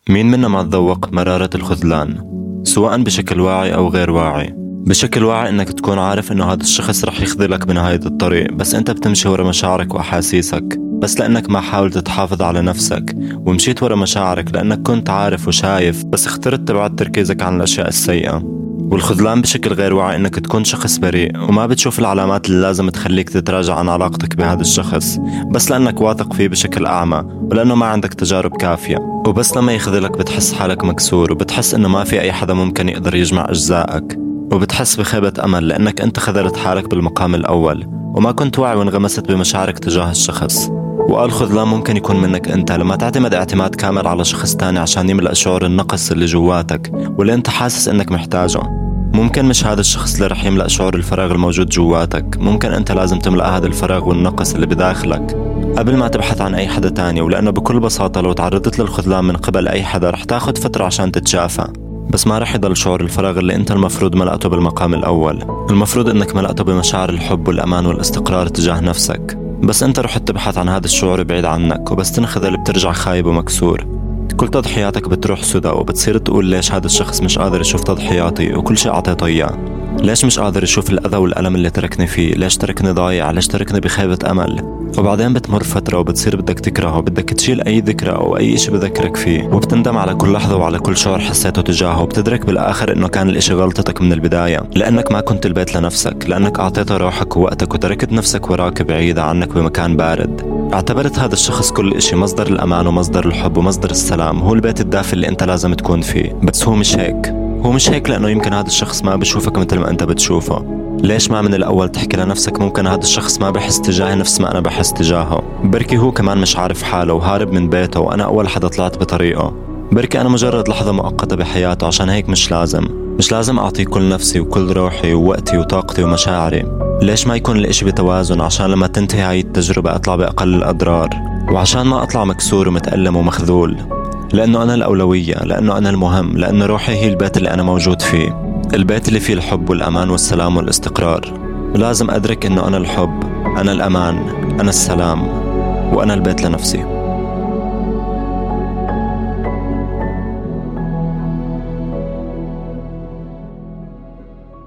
مين منا ما تذوق مرارة الخذلان، سواء بشكل واعي أو غير واعي؟ بشكل واعي إنك تكون عارف إنه هذا الشخص رح يخذلك بنهاية الطريق، بس أنت بتمشي ورا مشاعرك وأحاسيسك بس لأنك ما حاولت تحافظ على نفسك، ومشيت ورا مشاعرك لأنك كنت عارف وشايف بس اخترت تبعد تركيزك عن الأشياء السيئة. والخذلان بشكل غير واعي إنك تكون شخص بريء وما بتشوف العلامات اللي لازم تخليك تتراجع عن علاقتك بهذا الشخص، بس لأنك واثق فيه بشكل أعمى ولأنه ما عندك تجارب كافية. وبس لما يخذلك بتحس حالك مكسور، وبتحس إنه ما في أي حدا ممكن يقدر يجمع أجزائك، وبتحس بخيبة أمل لأنك أنت خذلت حالك بالمقام الأول وما كنت واعي وانغمست بمشاعرك تجاه الشخص. والخذلان ممكن يكون منك أنت لما تعتمد اعتماد كامل على شخص تاني عشان يملأ شعور النقص اللي جواتك واللي أنت حاسس إنك محتاجه. ممكن مش هذا الشخص اللي رح يملأ شعور الفراغ الموجود جواتك، ممكن أنت لازم تملأ هذا الفراغ والنقص اللي بداخلك قبل ما تبحث عن أي حدا تاني. ولأنه بكل بساطة لو تعرضت للخذلان من قبل أي حدا رح تاخد فترة عشان تتشافى، بس ما رح يضل شعور الفراغ اللي أنت المفروض ملأته بالمقام الأول. المفروض أنك ملأته بمشاعر الحب والأمان والاستقرار تجاه نفسك، بس أنت رحت تبحث عن هذا الشعور بعيد عنك، وبس تنخذل بترجع خايب ومكسور. كل تضحياتك بتروح سدى، وبتصير تقول ليش هذا الشخص مش قادر يشوف تضحياتي وكل شيء أعطيته إياه؟ ليش مش قادر يشوف الأذى والألم اللي تركني فيه؟ ليش تركني ضايع؟ ليش تركني بخيبة أمل؟ وبعدين بتمر فترة وبتصير بدك تكرهه وبدك تشيل أي ذكرى أو أي إشي بذكرك فيه، وبتندم على كل لحظة وعلى كل شعور حسيته تجاهه، وبتدرك بالآخر إنه كان الإشي غلطتك من البداية، لأنك ما كنت البيت لنفسك، لأنك أعطيته روحك ووقتك وتركت نفسك وراك بعيدة عنك بمكان بارد. اعتبرت هذا الشخص كل إشي، مصدر الأمان ومصدر الحب ومصدر السلام، هو البيت الدافئ اللي أنت لازم تكون فيه. بس هو مش هيك، هو مش هيك، لأنه يمكن هذا الشخص ما بشوفك مثل ما أنت بتشوفه. ليش ما من الأول تحكي لنفسك ممكن هذا الشخص ما بحس تجاهي نفس ما أنا بحس تجاهه؟ بركي هو كمان مش عارف حاله وهارب من بيته وأنا أول حدا طلعت بطريقه. بركي أنا مجرد لحظة مؤقتة بحياته، عشان هيك مش لازم أعطيه كل نفسي وكل روحي ووقتي وطاقتي ومشاعري. ليش ما يكون الإشي بتوازن عشان لما تنتهي هاي التجربة أطلع بأقل الأضرار، وعشان ما أطلع مكسور ومتألم ومخذول؟ لأنه أنا الأولوية، لأنه أنا المهم، لأنه روحي هي البيت اللي أنا موجود فيه، البيت اللي فيه الحب والأمان والسلام والاستقرار. لازم أدرك إنه أنا الحب، أنا الأمان، أنا السلام، وأنا البيت لنفسي.